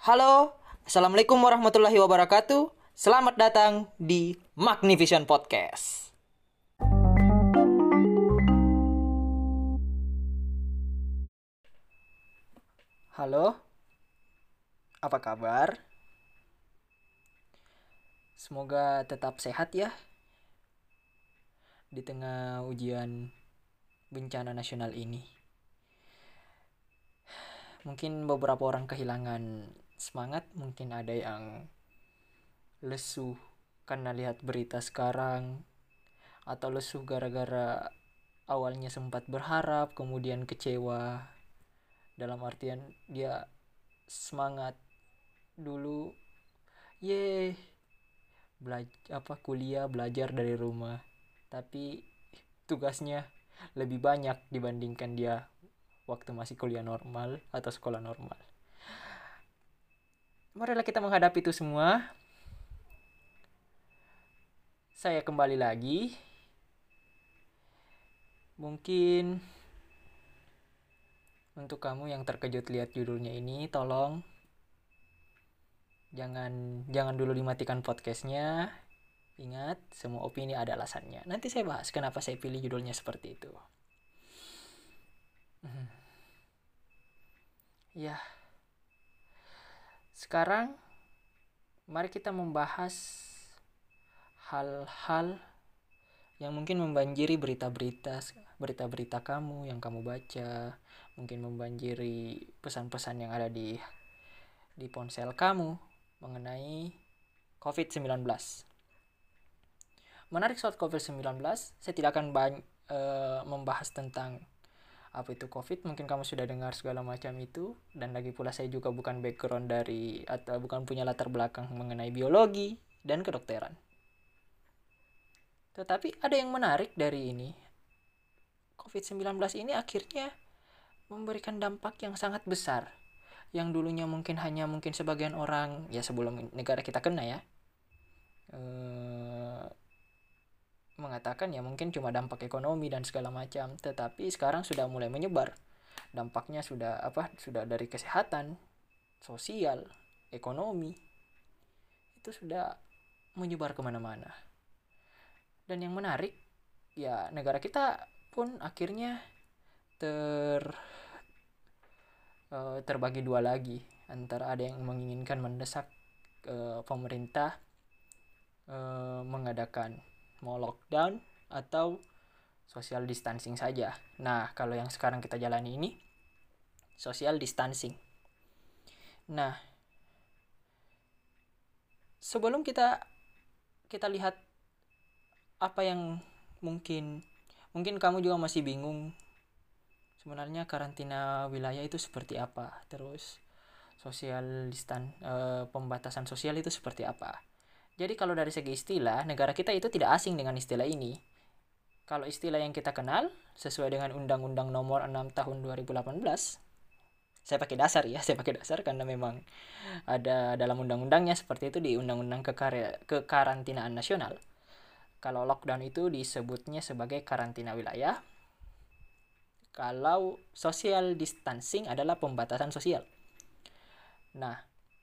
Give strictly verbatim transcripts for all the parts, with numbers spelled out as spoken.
Halo, Assalamualaikum warahmatullahi wabarakatuh. Selamat datang di Magnivision Podcast. Halo, apa kabar? Semoga tetap sehat ya di tengah ujian bencana nasional ini. Mungkin beberapa orang kehilangan semangat, mungkin ada yang lesu karena lihat berita sekarang, atau lesu gara-gara awalnya sempat berharap kemudian kecewa. Dalam artian dia semangat dulu, ye belajar apa kuliah belajar dari rumah, tapi tugasnya lebih banyak dibandingkan dia waktu masih kuliah normal atau sekolah normal. Marilah kita menghadapi itu semua. Saya kembali lagi. Mungkin untuk kamu yang terkejut lihat judulnya ini, tolong jangan jangan dulu dimatikan podcastnya. Ingat, semua opini ada alasannya. Nanti saya bahas kenapa saya pilih judulnya seperti itu. Hmm. Ya. Sekarang mari kita membahas hal-hal yang mungkin membanjiri berita-berita berita-berita kamu yang kamu baca, mungkin membanjiri pesan-pesan yang ada di di ponsel kamu mengenai covid sembilan belas. Menarik soal covid sembilan belas, saya tidak akan bany- e, membahas tentang apa itu covid, mungkin kamu sudah dengar segala macam itu, dan lagi pula saya juga bukan background dari atau bukan punya latar belakang mengenai biologi dan kedokteran. Tetapi ada yang menarik dari ini. covid sembilan belas ini akhirnya memberikan dampak yang sangat besar. Yang dulunya mungkin hanya mungkin sebagian orang, ya sebelum negara kita kena ya, eh, mengatakan ya mungkin cuma dampak ekonomi dan segala macam. Tetapi sekarang sudah mulai menyebar. Dampaknya sudah apa? Sudah dari kesehatan, sosial, ekonomi. Itu sudah menyebar kemana-mana. Dan yang menarik, ya negara kita pun akhirnya ter uh, terbagi dua lagi, antara ada yang menginginkan mendesak uh, pemerintah uh, mengadakan mau lockdown atau social distancing saja. Nah, kalau yang sekarang kita jalani ini social distancing. Nah, sebelum kita kita lihat apa yang mungkin mungkin kamu juga masih bingung sebenarnya karantina wilayah itu seperti apa, terus social distan e, pembatasan sosial itu seperti apa. Jadi kalau dari segi istilah, negara kita itu tidak asing dengan istilah ini. Kalau istilah yang kita kenal sesuai dengan Undang-Undang Nomor enam Tahun dua ribu delapan belas, saya pakai dasar ya, saya pakai dasar karena memang ada dalam undang-undangnya seperti itu di Undang-Undang Kekar- Kekarantinaan Nasional. Kalau lockdown itu disebutnya sebagai karantina wilayah. Kalau social distancing adalah pembatasan sosial. Nah,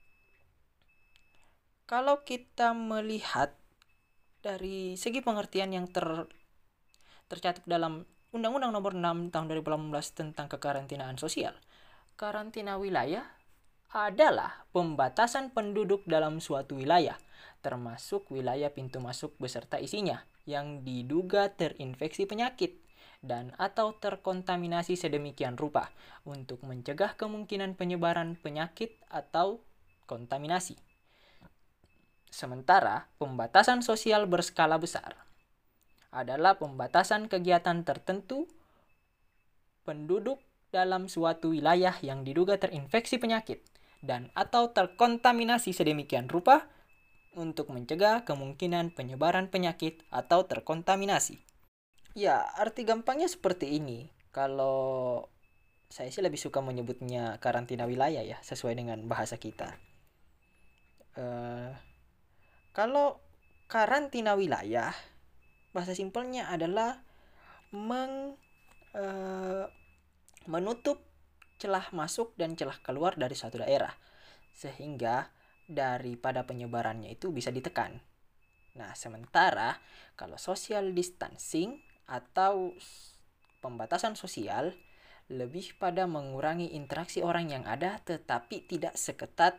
kalau kita melihat dari segi pengertian yang ter, tercatat dalam Undang-Undang Nomor enam Tahun dua ribu delapan belas tentang kekarantinaan sosial, karantina wilayah adalah pembatasan penduduk dalam suatu wilayah, termasuk wilayah pintu masuk beserta isinya, yang diduga terinfeksi penyakit dan atau terkontaminasi sedemikian rupa untuk mencegah kemungkinan penyebaran penyakit atau kontaminasi. Sementara pembatasan sosial berskala besar adalah pembatasan kegiatan tertentu penduduk dalam suatu wilayah yang diduga terinfeksi penyakit dan atau terkontaminasi sedemikian rupa untuk mencegah kemungkinan penyebaran penyakit atau terkontaminasi. Ya, arti gampangnya seperti ini. Kalau saya sih lebih suka menyebutnya karantina wilayah ya, sesuai dengan bahasa kita. Uh, kalau karantina wilayah, bahasa simpelnya adalah meng, uh, menutup celah masuk dan celah keluar dari suatu daerah. sehingga daripada penyebarannya itu bisa ditekan. Nah, sementara kalau social distancing atau pembatasan sosial lebih pada mengurangi interaksi orang yang ada, tetapi tidak seketat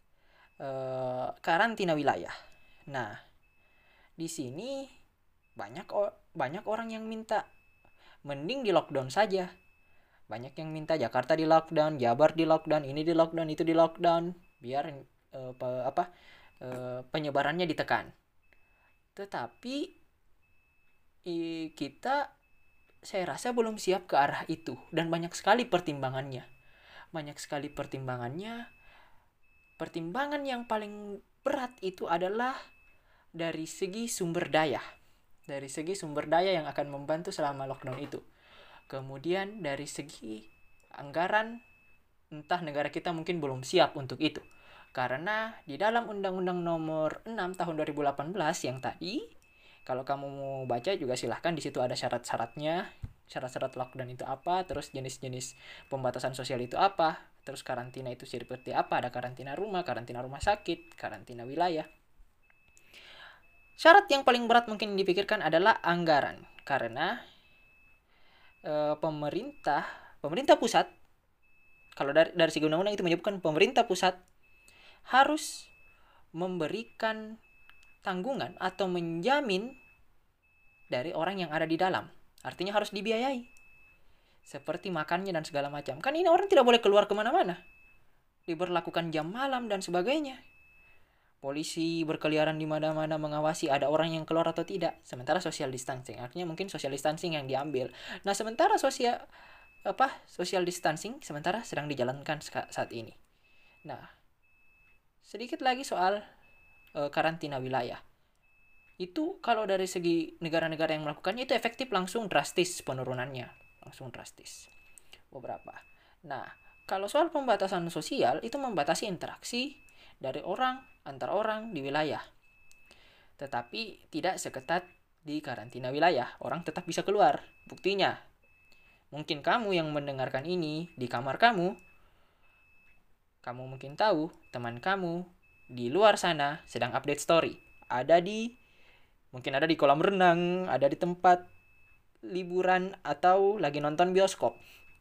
eh, karantina wilayah. Nah, di sini banyak banyak orang yang minta mending di lockdown saja. Banyak yang minta Jakarta di lockdown, Jabar di lockdown, ini di lockdown, itu di lockdown, biar eh, pe, apa eh, penyebarannya ditekan. Tetapi eh, kita saya rasa belum siap ke arah itu, dan banyak sekali pertimbangannya. Banyak sekali pertimbangannya. Pertimbangan yang paling berat itu adalah dari segi sumber daya. Dari segi sumber daya yang akan membantu selama lockdown itu. Kemudian dari segi anggaran, entah negara kita mungkin belum siap untuk itu. Karena di dalam Undang-Undang Nomor enam Tahun dua ribu delapan belas yang tadi, kalau kamu mau baca juga silahkan, di situ ada syarat-syaratnya. Syarat-syarat lockdown itu apa, terus jenis-jenis pembatasan sosial itu apa, terus karantina itu seperti apa, ada karantina rumah, karantina rumah sakit, karantina wilayah. Syarat yang paling berat mungkin dipikirkan adalah anggaran, karena e, pemerintah pemerintah pusat, kalau dari dari segi undang-undang itu menyebutkan pemerintah pusat harus memberikan tanggungan atau menjamin dari orang yang ada di dalam. Artinya harus dibiayai, seperti makannya dan segala macam. Kan ini orang tidak boleh keluar kemana-mana, diberlakukan jam malam dan sebagainya. Polisi berkeliaran di mana-mana mengawasi ada orang yang keluar atau tidak. Sementara social distancing, artinya mungkin social distancing yang diambil. Nah, sementara sosial apa social distancing sementara sedang dijalankan saat ini. Nah, sedikit lagi soal e, karantina wilayah. Itu kalau dari segi negara-negara yang melakukannya itu efektif, langsung drastis penurunannya, langsung drastis beberapa. Nah, kalau soal pembatasan sosial itu membatasi interaksi dari orang antar orang di wilayah, tetapi tidak seketat di karantina wilayah. Orang tetap bisa keluar. Buktinya, mungkin kamu yang mendengarkan ini di kamar kamu, kamu mungkin tahu teman kamu di luar sana sedang update story, ada di mungkin ada di kolam renang, ada di tempat liburan, atau lagi nonton bioskop.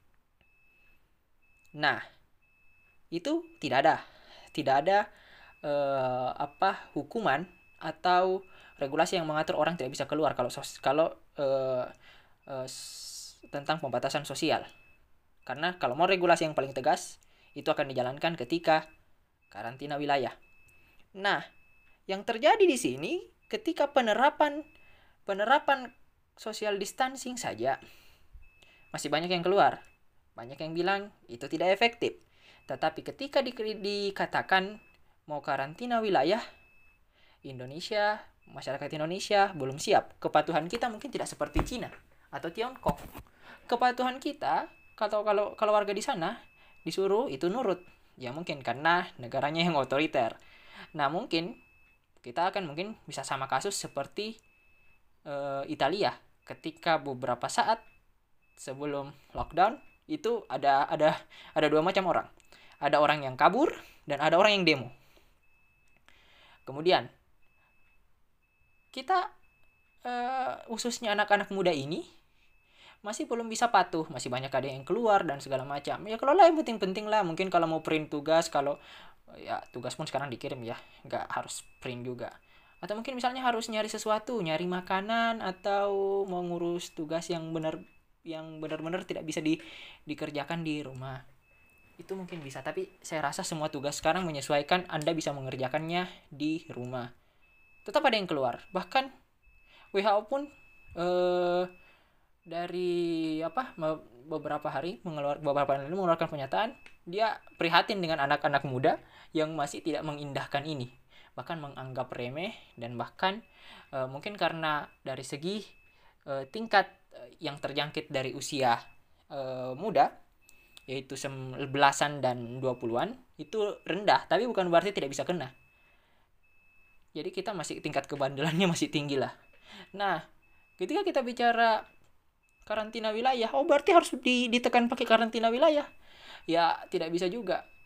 Nah, itu tidak ada. Tidak ada eh, apa hukuman atau regulasi yang mengatur orang tidak bisa keluar kalau kalau eh, eh, tentang pembatasan sosial. Karena kalau mau regulasi yang paling tegas, itu akan dijalankan ketika karantina wilayah. Nah, yang terjadi di sini ketika penerapan penerapan social distancing saja masih banyak yang keluar. Banyak yang bilang itu tidak efektif. Tetapi ketika di, dikatakan mau karantina wilayah, Indonesia, masyarakat Indonesia belum siap. Kepatuhan kita mungkin tidak seperti Cina atau Tiongkok. Kepatuhan kita kalau kalau kalau warga di sana disuruh itu nurut. Ya mungkin karena negaranya yang otoriter. Nah, mungkin kita akan mungkin bisa sama kasus seperti e, Italia ketika beberapa saat sebelum lockdown itu ada ada ada dua macam orang. Ada orang yang kabur dan ada orang yang demo. Kemudian kita e, khususnya anak-anak muda ini masih belum bisa patuh, masih banyak ada yang keluar dan segala macam. Ya kalau lah yang penting-penting lah, mungkin kalau mau print tugas, kalau ya tugas pun sekarang dikirim ya, nggak harus print juga. Atau mungkin misalnya harus nyari sesuatu, nyari makanan, atau mau ngurus tugas yang benar yang benar-benar tidak bisa di, dikerjakan di rumah. Itu mungkin bisa, tapi saya rasa semua tugas sekarang menyesuaikan Anda bisa mengerjakannya di rumah. Tetap ada yang keluar. Bahkan W H O pun eh, dari apa beberapa hari mengeluar beberapa hari mengeluarkan pernyataan dia prihatin dengan anak-anak muda yang masih tidak mengindahkan ini, bahkan menganggap remeh, dan bahkan e, mungkin karena dari segi e, tingkat yang terjangkit dari usia e, muda yaitu belasan dan dua puluhan itu rendah, tapi bukan berarti tidak bisa kena. Jadi kita masih tingkat kebandelannya masih tinggi lah. Nah, ketika kita bicara karantina wilayah, oh berarti harus ditekan pakai karantina wilayah. Ya tidak bisa juga.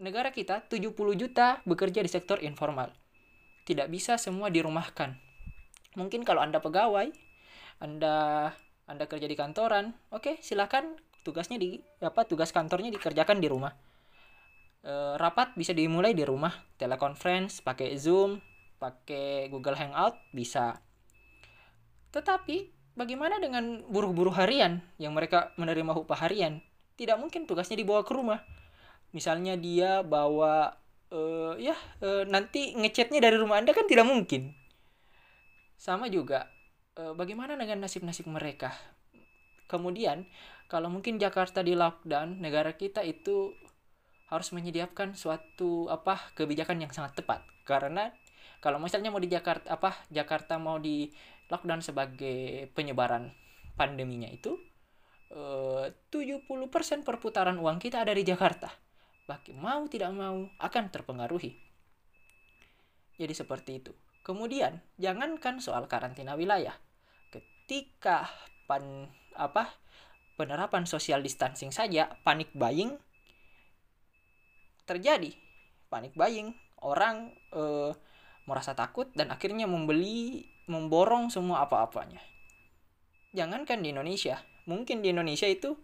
negara kita tujuh puluh juta bekerja di sektor informal. Tidak bisa semua dirumahkan. Mungkin kalau Anda pegawai, Anda Anda kerja di kantoran, oke, silakan tugasnya di apa tugas kantornya dikerjakan di rumah. E, rapat bisa dimulai di rumah, teleconference pakai Zoom, pakai Google Hangout bisa. Tetapi bagaimana dengan buruh-buruh harian yang mereka menerima upah harian? Tidak mungkin tugasnya dibawa ke rumah. Misalnya dia bawa uh, ya uh, nanti ngechatnya dari rumah Anda kan tidak mungkin. Sama juga uh, bagaimana dengan nasib-nasib mereka? Kemudian kalau mungkin Jakarta di lockdown, negara kita itu harus menyediakan suatu apa kebijakan yang sangat tepat. Karena kalau misalnya mau di Jakarta apa Jakarta mau di lockdown sebagai penyebaran pandeminya itu uh, tujuh puluh persen perputaran uang kita ada di Jakarta. Bahkan mau tidak mau akan terpengaruhi. Jadi seperti itu. Kemudian jangankan soal karantina wilayah. Ketika pan apa penerapan social distancing saja panic buying terjadi. Panic buying, orang eh, merasa takut dan akhirnya membeli, memborong semua apa-apanya. Jangankan di Indonesia, mungkin di Indonesia itu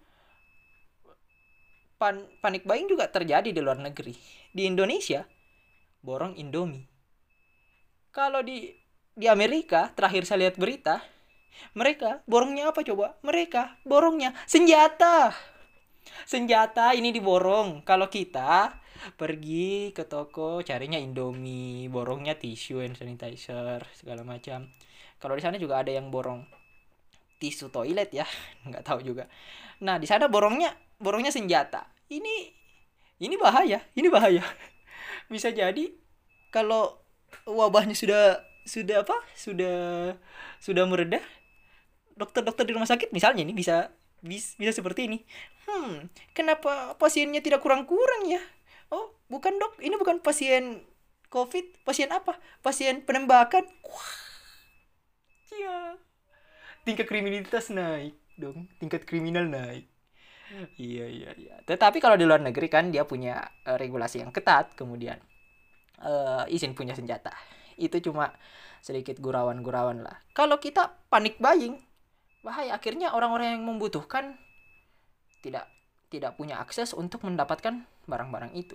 Pan, panic buying juga terjadi di luar negeri. Di Indonesia, borong Indomie. Kalau di di Amerika, terakhir saya lihat berita, mereka borongnya apa coba? Mereka borongnya senjata. Senjata ini diborong. Kalau kita pergi ke toko carinya Indomie, borongnya tisu, hand sanitizer, segala macam. Kalau di sana juga ada yang borong tisu toilet ya, nggak tahu juga. Nah, di sana borongnya borongnya senjata. Ini ini bahaya, ini bahaya. Bisa jadi kalau wabahnya sudah sudah apa? Sudah sudah meredah, dokter-dokter di rumah sakit misalnya ini bisa bisa, bisa seperti ini. Hmm, kenapa pasiennya tidak kurang-kurang ya? Oh, bukan dok, ini bukan pasien COVID, pasien apa? Pasien penembakan. Wah, iya. Tingkat kriminalitas naik dong, tingkat kriminal naik. Iya iya iya. Tetapi kalau di luar negeri kan dia punya uh, regulasi yang ketat, kemudian uh, izin punya senjata. Itu cuma sedikit gurauan-gurauan lah. Kalau kita panik buying, bahaya. Akhirnya orang-orang yang membutuhkan tidak tidak punya akses untuk mendapatkan barang-barang itu.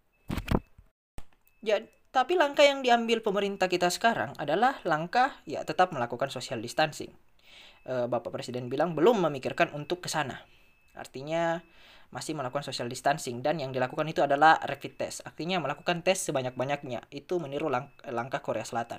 Ya, tapi langkah yang diambil pemerintah kita sekarang adalah langkah ya tetap melakukan social distancing. Uh, Bapak Presiden bilang belum memikirkan untuk ke sana. Artinya masih melakukan social distancing dan yang dilakukan itu adalah rapid test. Artinya melakukan tes sebanyak-banyaknya. Itu meniru lang- langkah Korea Selatan.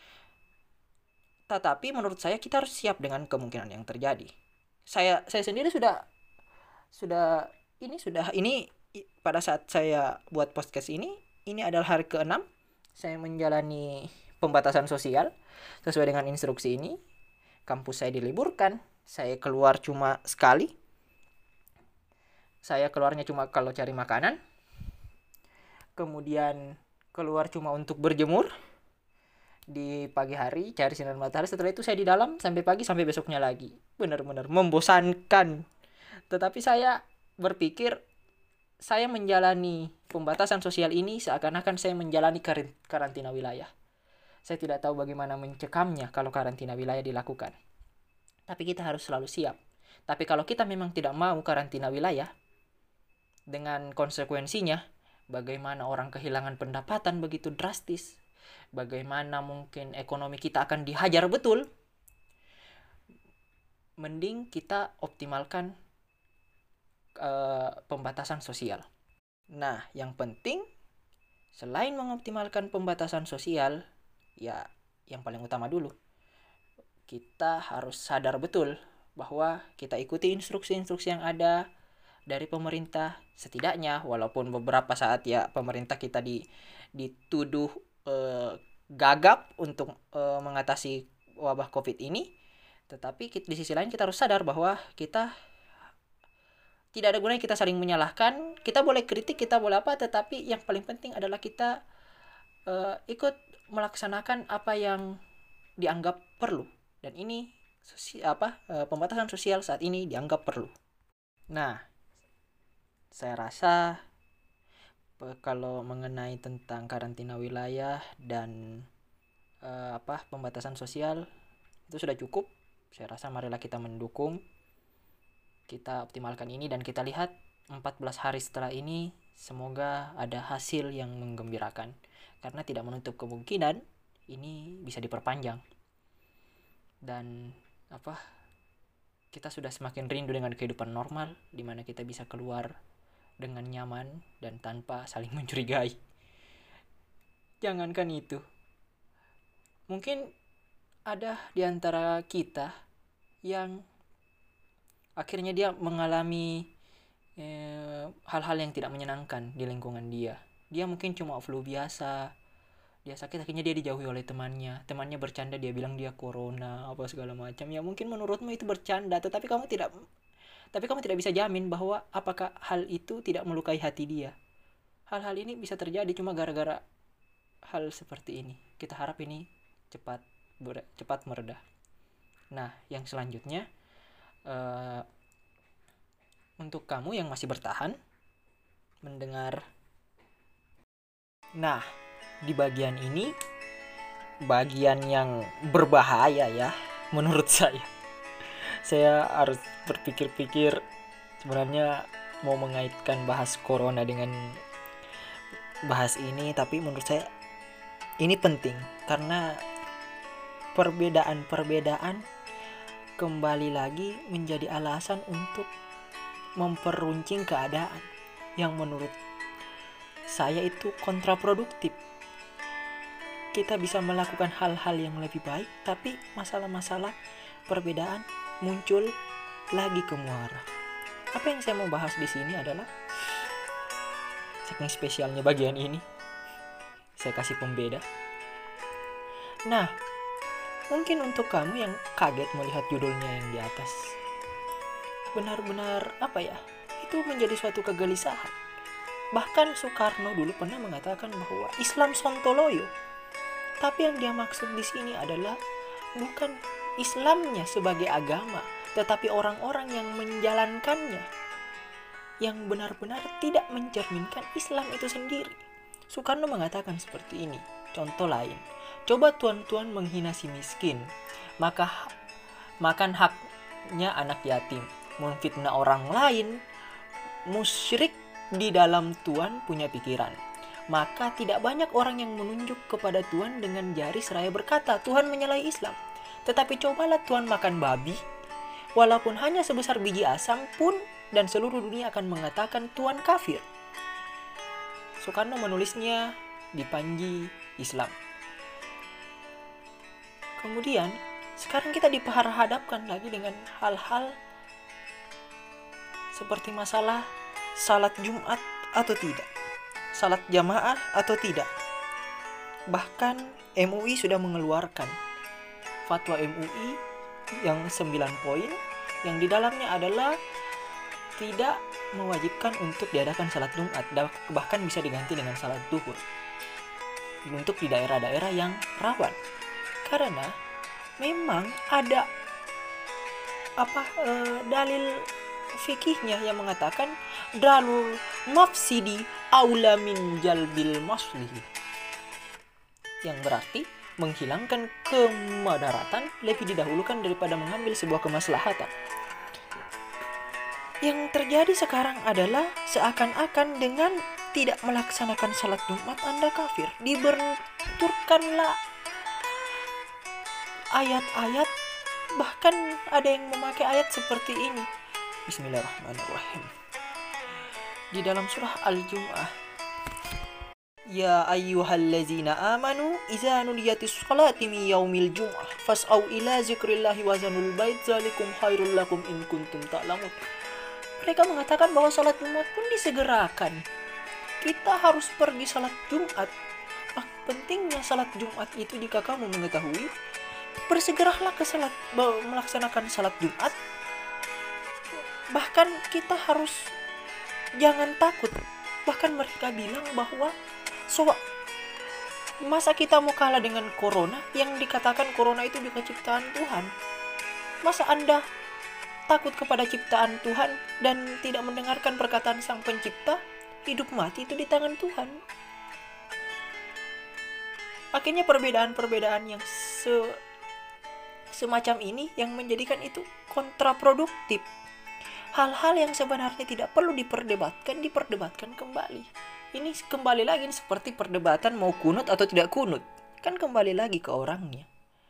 Tetapi menurut saya kita harus siap dengan kemungkinan yang terjadi. Saya saya sendiri sudah sudah ini sudah ini pada saat saya buat podcast ini ini adalah hari keenam saya menjalani pembatasan sosial sesuai dengan instruksi ini. Kampus saya diliburkan. Saya keluar cuma sekali. Saya keluarnya cuma kalau cari makanan. Kemudian keluar cuma untuk berjemur di pagi hari, cari sinar matahari. Setelah itu saya di dalam sampai pagi sampai besoknya lagi. Benar-benar membosankan. Tetapi saya berpikir saya menjalani pembatasan sosial ini seakan-akan saya menjalani karantina wilayah. Saya tidak tahu bagaimana mencekamnya kalau karantina wilayah dilakukan. Tapi kita harus selalu siap. Tapi kalau kita memang tidak mau karantina wilayah, dengan konsekuensinya, bagaimana orang kehilangan pendapatan begitu drastis, bagaimana mungkin ekonomi kita akan dihajar betul, mending kita optimalkan uh, pembatasan sosial. Nah, yang penting, selain mengoptimalkan pembatasan sosial, ya yang paling utama dulu, kita harus sadar betul bahwa kita ikuti instruksi-instruksi yang ada dari pemerintah. Setidaknya walaupun beberapa saat ya pemerintah kita di dituduh eh, gagap untuk eh, mengatasi wabah Covid ini, tetapi di sisi lain kita harus sadar bahwa kita tidak ada gunanya kita saling menyalahkan. Kita boleh kritik, kita boleh apa, tetapi yang paling penting adalah kita eh, ikut melaksanakan apa yang dianggap perlu. Dan ini sosi- apa eh, pembatasan sosial saat ini dianggap perlu. Nah, saya rasa kalau mengenai tentang karantina wilayah dan uh, apa pembatasan sosial itu sudah cukup. Saya rasa marilah kita mendukung, kita optimalkan ini, dan kita lihat empat belas hari setelah ini semoga ada hasil yang menggembirakan, karena tidak menutup kemungkinan ini bisa diperpanjang. Dan apa kita sudah semakin rindu dengan kehidupan normal di mana kita bisa keluar dengan nyaman dan tanpa saling mencurigai. Jangankan itu, mungkin ada di antara kita yang akhirnya dia mengalami eh, hal-hal yang tidak menyenangkan di lingkungan dia. Dia mungkin cuma flu biasa, dia sakit, akhirnya dia dijauhi oleh temannya. Temannya bercanda, dia bilang dia corona apa segala macam. Ya mungkin menurutmu itu bercanda, tetapi kamu tidak tapi kamu tidak bisa jamin bahwa apakah hal itu tidak melukai hati dia. Hal-hal ini bisa terjadi cuma gara-gara hal seperti ini. Kita harap ini cepat ber, cepat mereda. Nah, yang selanjutnya uh, untuk kamu yang masih bertahan mendengar. Nah, di bagian ini bagian yang berbahaya ya menurut saya. Saya harus berpikir-pikir sebenarnya mau mengaitkan bahas corona dengan bahas ini, tapi menurut saya ini penting karena perbedaan-perbedaan kembali lagi menjadi alasan untuk memperuncing keadaan yang menurut saya itu kontraproduktif. Kita bisa melakukan hal-hal yang lebih baik, tapi masalah-masalah perbedaan muncul lagi ke muara. Apa yang saya mau bahas di sini adalah saking spesialnya bagian ini, saya kasih pembeda. Nah, mungkin untuk kamu yang kaget melihat judulnya yang di atas, benar-benar apa ya? Itu menjadi suatu kegelisahan. Bahkan Soekarno dulu pernah mengatakan bahwa Islam sontoloyo. Tapi yang dia maksud di sini adalah bukan Islamnya sebagai agama, tetapi orang-orang yang menjalankannya yang benar-benar tidak mencerminkan Islam itu sendiri. Soekarno mengatakan seperti ini. Contoh lain, coba tuan-tuan menghina si miskin, maka makan haknya anak yatim, memfitnah orang lain, musyrik di dalam Tuhan punya pikiran. Maka tidak banyak orang yang menunjuk kepada Tuhan dengan jari seraya berkata, Tuhan menyalahi Islam. Tetapi cobalah Tuhan makan babi, walaupun hanya sebesar biji asam pun, dan seluruh dunia akan mengatakan Tuhan kafir. Soekarno menulisnya di Panji Islam. Kemudian, sekarang kita diperhadapkan lagi dengan hal-hal seperti masalah salat Jumat atau tidak, salat jamaah atau tidak. Bahkan M U I sudah mengeluarkan fatwa M U I yang sembilan poin, yang di dalamnya adalah tidak mewajibkan untuk diadakan salat Jumat, bahkan bisa diganti dengan salat duhur untuk di daerah-daerah yang rawan. Karena memang ada apa e, dalil fikihnya yang mengatakan dalul mafsidi aula min jalbil maslihi, yang berarti menghilangkan kemadaratan lebih didahulukan daripada mengambil sebuah kemaslahatan. Yang terjadi sekarang adalah seakan-akan dengan tidak melaksanakan salat Jumat Anda kafir. Dibenturkanlah ayat-ayat, bahkan ada yang memakai ayat seperti ini. Bismillahirrahmanirrahim. Di dalam surah Al-Jum'ah, Ya ayyuhallazina amanu iza nudiyatis salati min yaumil jum'ah fas'au ila zikrillahi wa zanul bait zalikum khairul lakum in kuntum ta'lamun. Mereka mengatakan bahwa salat Jumat pun disegerakan. Kita harus pergi salat Jumat. Ah, pentingnya salat Jumat itu jika kamu mengetahui, bersegeralah ke salat, melaksanakan salat Jumat. Bahkan kita harus jangan takut. Bahkan mereka bilang bahwa so, masa kita mau kalah dengan corona yang dikatakan corona itu juga ciptaan Tuhan? Masa Anda takut kepada ciptaan Tuhan dan tidak mendengarkan perkataan Sang Pencipta? hidup mati itu di tangan Tuhan. Akhirnya perbedaan-perbedaan yang se semacam ini yang menjadikan itu kontraproduktif. Hal-hal yang sebenarnya tidak perlu diperdebatkan, diperdebatkan kembali. Ini kembali lagi ini seperti perdebatan mau kunut atau tidak kunut. Kan kembali lagi ke orangnya.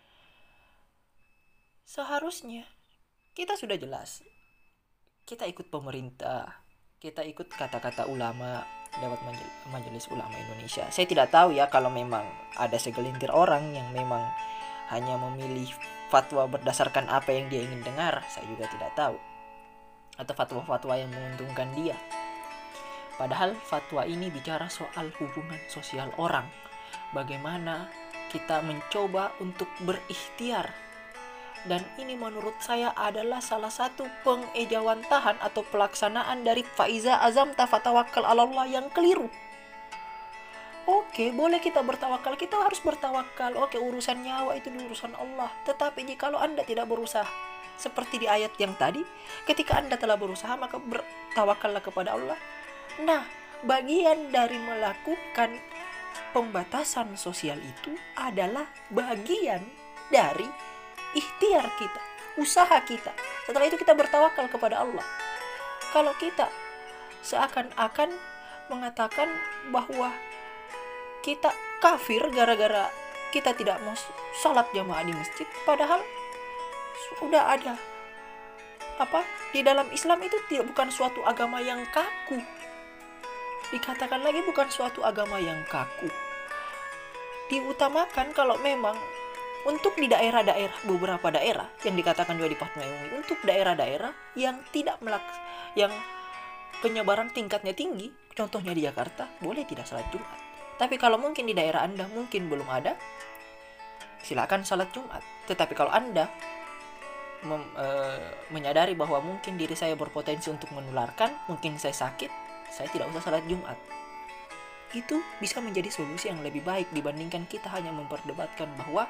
Seharusnya kita sudah jelas. Kita ikut pemerintah, kita ikut kata-kata ulama lewat Majelis Ulama Indonesia. Saya tidak tahu ya kalau memang ada segelintir orang yang memang hanya memilih fatwa berdasarkan apa yang dia ingin dengar. Saya juga tidak tahu. Atau fatwa-fatwa yang menguntungkan dia. Padahal fatwa ini bicara soal hubungan sosial orang. Bagaimana kita mencoba untuk berikhtiar. Dan ini menurut saya adalah salah satu pengejawantahan atau pelaksanaan dari faiza azamta fatawakal alallah yang keliru. Oke, boleh kita bertawakal, kita harus bertawakal. Oke, urusan nyawa itu urusan Allah. Tetapi jikalau Anda tidak berusaha, seperti di ayat yang tadi, ketika Anda telah berusaha, maka bertawakallah kepada Allah. Nah, bagian dari melakukan pembatasan sosial itu adalah bagian dari ikhtiar kita, usaha kita. Setelah itu kita bertawakal kepada Allah. Kalau kita seakan-akan mengatakan bahwa kita kafir gara-gara kita tidak mau salat jamaah di masjid, padahal sudah ada apa di dalam Islam itu tidak bukan suatu agama yang kaku. Dikatakan lagi bukan suatu agama yang kaku. Diutamakan kalau memang untuk di daerah-daerah, beberapa daerah yang dikatakan juga di Fatwa M U I, untuk daerah-daerah yang tidak melaks, yang penyebaran tingkatnya tinggi, contohnya di Jakarta, boleh tidak salat Jumat. Tapi kalau mungkin di daerah Anda mungkin belum ada, silakan salat Jumat. Tetapi kalau Anda mem, e, menyadari bahwa mungkin diri saya berpotensi untuk menularkan, mungkin saya sakit, saya tidak usah salat Jumat. Itu bisa menjadi solusi yang lebih baik dibandingkan kita hanya memperdebatkan bahwa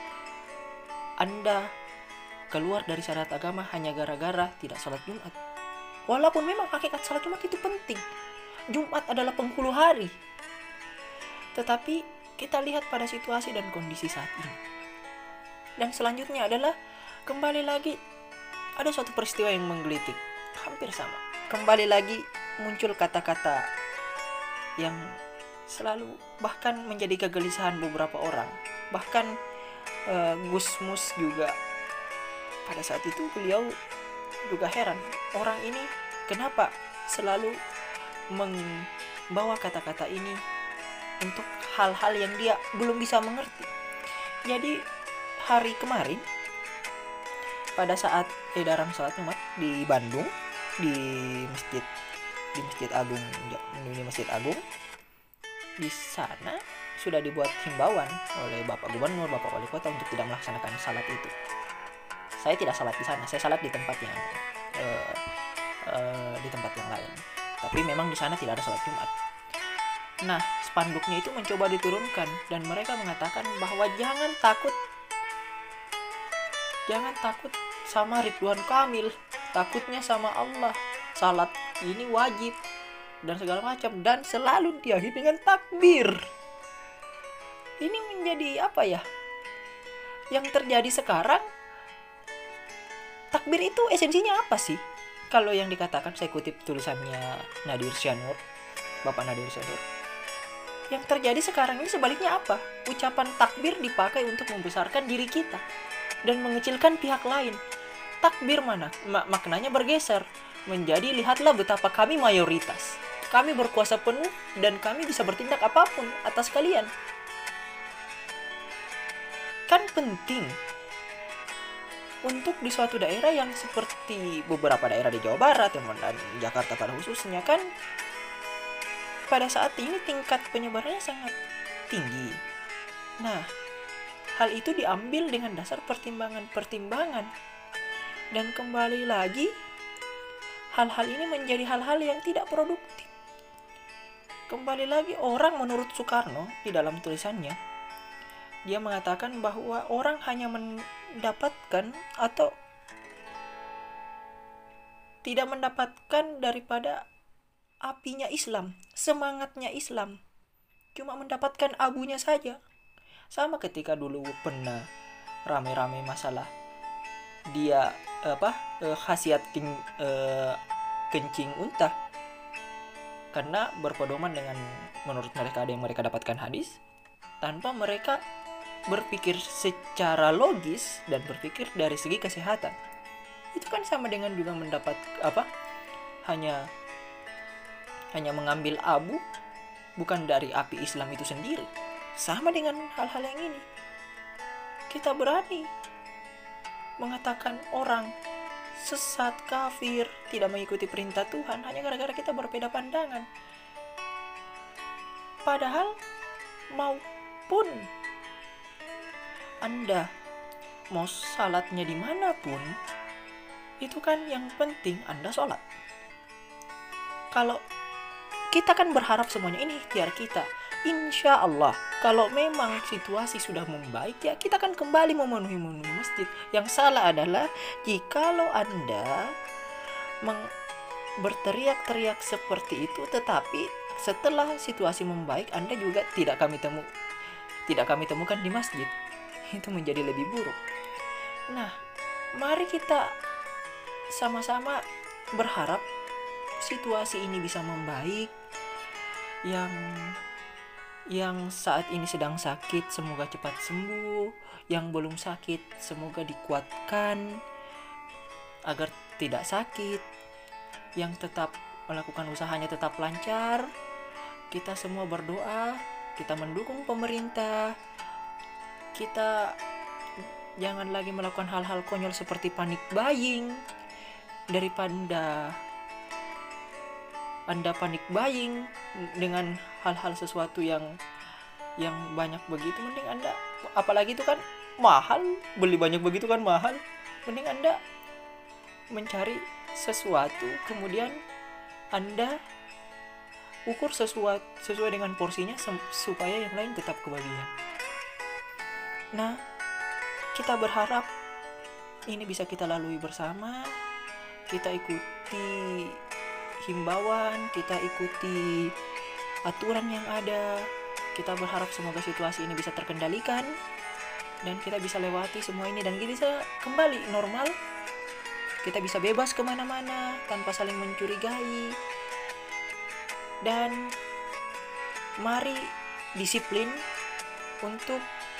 Anda keluar dari syariat agama hanya gara-gara tidak salat Jumat. Walaupun memang hakikat salat Jumat itu penting. Jumat adalah penghulu hari. Tetapi kita lihat pada situasi dan kondisi saat ini. Dan selanjutnya adalah kembali lagi ada suatu peristiwa yang menggelitik. Hampir sama. Kembali lagi muncul kata-kata yang selalu bahkan menjadi kegelisahan beberapa orang. Bahkan uh, Gus Mus juga pada saat itu beliau juga heran, orang ini kenapa selalu membawa kata-kata ini untuk hal-hal yang dia belum bisa mengerti. Jadi hari kemarin pada saat edaran salat Jumat di Bandung di masjid di Masjid Agung di Masjid Agung di sana sudah dibuat himbauan oleh Bapak Gubernur, Bapak Wali Kota untuk tidak melaksanakan salat itu. Saya tidak salat di sana, saya salat di tempat yang uh, uh, di tempat yang lain. Tapi memang di sana tidak ada salat Jumat. Nah, spanduknya itu mencoba diturunkan dan mereka mengatakan bahwa jangan takut, jangan takut sama Ridwan Kamil, takutnya sama Allah. Salat ini wajib dan segala macam, dan selalu diakhiri dengan takbir. Ini menjadi apa ya? Yang terjadi sekarang, takbir itu esensinya apa sih? Kalau yang dikatakan, saya kutip tulisannya Nadir Syanur, Bapak Nadir Syanur. Yang terjadi sekarang ini sebaliknya apa? Ucapan takbir dipakai untuk membesarkan diri kita dan mengecilkan pihak lain. Takbir mana? Ma- maknanya bergeser menjadi lihatlah betapa kami mayoritas. Kami berkuasa penuh dan kami bisa bertindak apapun atas kalian. Kan penting untuk di suatu daerah yang seperti beberapa daerah di Jawa Barat dan Jakarta pada khususnya, kan pada saat ini tingkat penyebarannya sangat tinggi. Nah, hal itu diambil dengan dasar pertimbangan-pertimbangan. Dan kembali lagi, hal-hal ini menjadi hal-hal yang tidak produktif. Kembali lagi, orang menurut Soekarno di dalam tulisannya, dia mengatakan bahwa orang hanya mendapatkan atau tidak mendapatkan daripada apinya Islam, semangatnya Islam, cuma mendapatkan abunya saja. Sama ketika dulu pernah rame-rame masalah dia apa eh, khasiat king, eh, kencing unta, karena berpedoman dengan menurut mereka ada yang mereka dapatkan hadis, tanpa mereka berpikir secara logis dan berpikir dari segi kesehatan. Itu kan sama dengan juga mendapat apa hanya hanya mengambil abu bukan dari api Islam itu sendiri. Sama dengan hal-hal yang ini, kita berani mengatakan orang sesat, kafir, tidak mengikuti perintah Tuhan hanya gara-gara kita berbeda pandangan. Padahal maupun Anda mau salatnya dimanapun, itu kan yang penting Anda sholat. Kalau kita kan berharap semuanya ini ikhtiar kita, insya Allah kalau memang situasi sudah membaik, ya kita akan kembali memenuhi memenuhi masjid. Yang salah adalah jikalau Anda meng- berteriak-teriak seperti itu, tetapi setelah situasi membaik Anda juga tidak kami temu tidak kami temukan di masjid. Itu menjadi lebih buruk. Nah, mari kita sama-sama berharap situasi ini bisa membaik. Yang yang saat ini sedang sakit semoga cepat sembuh, yang belum sakit semoga dikuatkan agar tidak sakit, yang tetap melakukan usahanya tetap lancar. Kita semua berdoa, kita mendukung pemerintah, kita jangan lagi melakukan hal-hal konyol seperti panik buying. Daripada Anda panik buying dengan hal-hal sesuatu yang yang banyak begitu, mending Anda, apalagi itu kan mahal, beli banyak begitu kan mahal, mending Anda mencari sesuatu kemudian Anda ukur sesuatu sesuai dengan porsinya sem- supaya yang lain tetap kebagian. Nah, kita berharap ini bisa kita lalui bersama, kita ikuti himbauan, kita ikuti aturan yang ada. Kita berharap semoga situasi ini bisa terkendalikan dan kita bisa lewati semua ini dan kita bisa kembali normal. Kita bisa bebas kemana-mana tanpa saling mencurigai. Dan mari disiplin untuk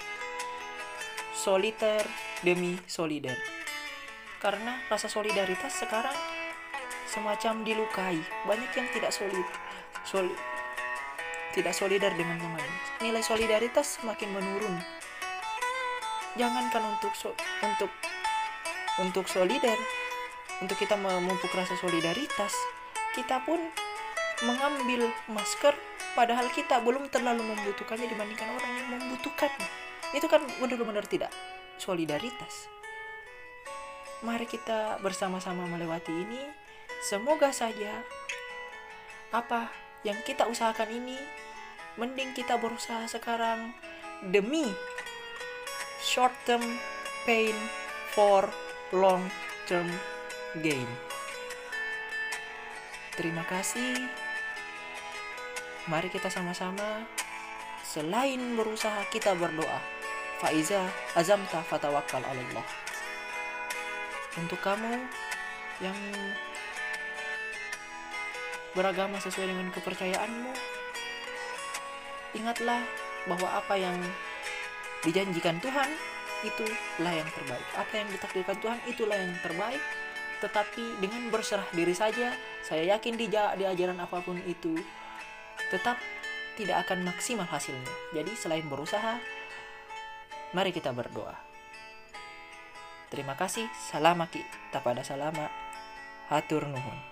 soliter demi solider, karena rasa solidaritas sekarang semacam dilukai. Banyak yang tidak solid, solid tidak solidar dengan teman. Nilai solidaritas semakin menurun. Jangankan untuk so, untuk untuk solidar, untuk kita memupuk rasa solidaritas, kita pun mengambil masker padahal kita belum terlalu membutuhkannya dibandingkan orang yang membutuhkannya. Itu kan benar-benar tidak solidaritas. Mari kita bersama-sama melewati ini. Semoga saja apa yang kita usahakan ini, mending kita berusaha sekarang demi short term pain for long term gain. Terima kasih. Mari kita sama-sama, selain berusaha, kita berdoa. Faiza azamta fatawakkal 'alallah. Untuk kamu yang beragama sesuai dengan kepercayaanmu, ingatlah bahwa apa yang dijanjikan Tuhan itulah yang terbaik. Apa yang ditakdirkan Tuhan itulah yang terbaik. Tetapi dengan berserah diri saja, saya yakin di, di ajaran apapun itu tetap tidak akan maksimal hasilnya. Jadi selain berusaha, mari kita berdoa. Terima kasih. Salamaki tapada salama. Hatur nuhun.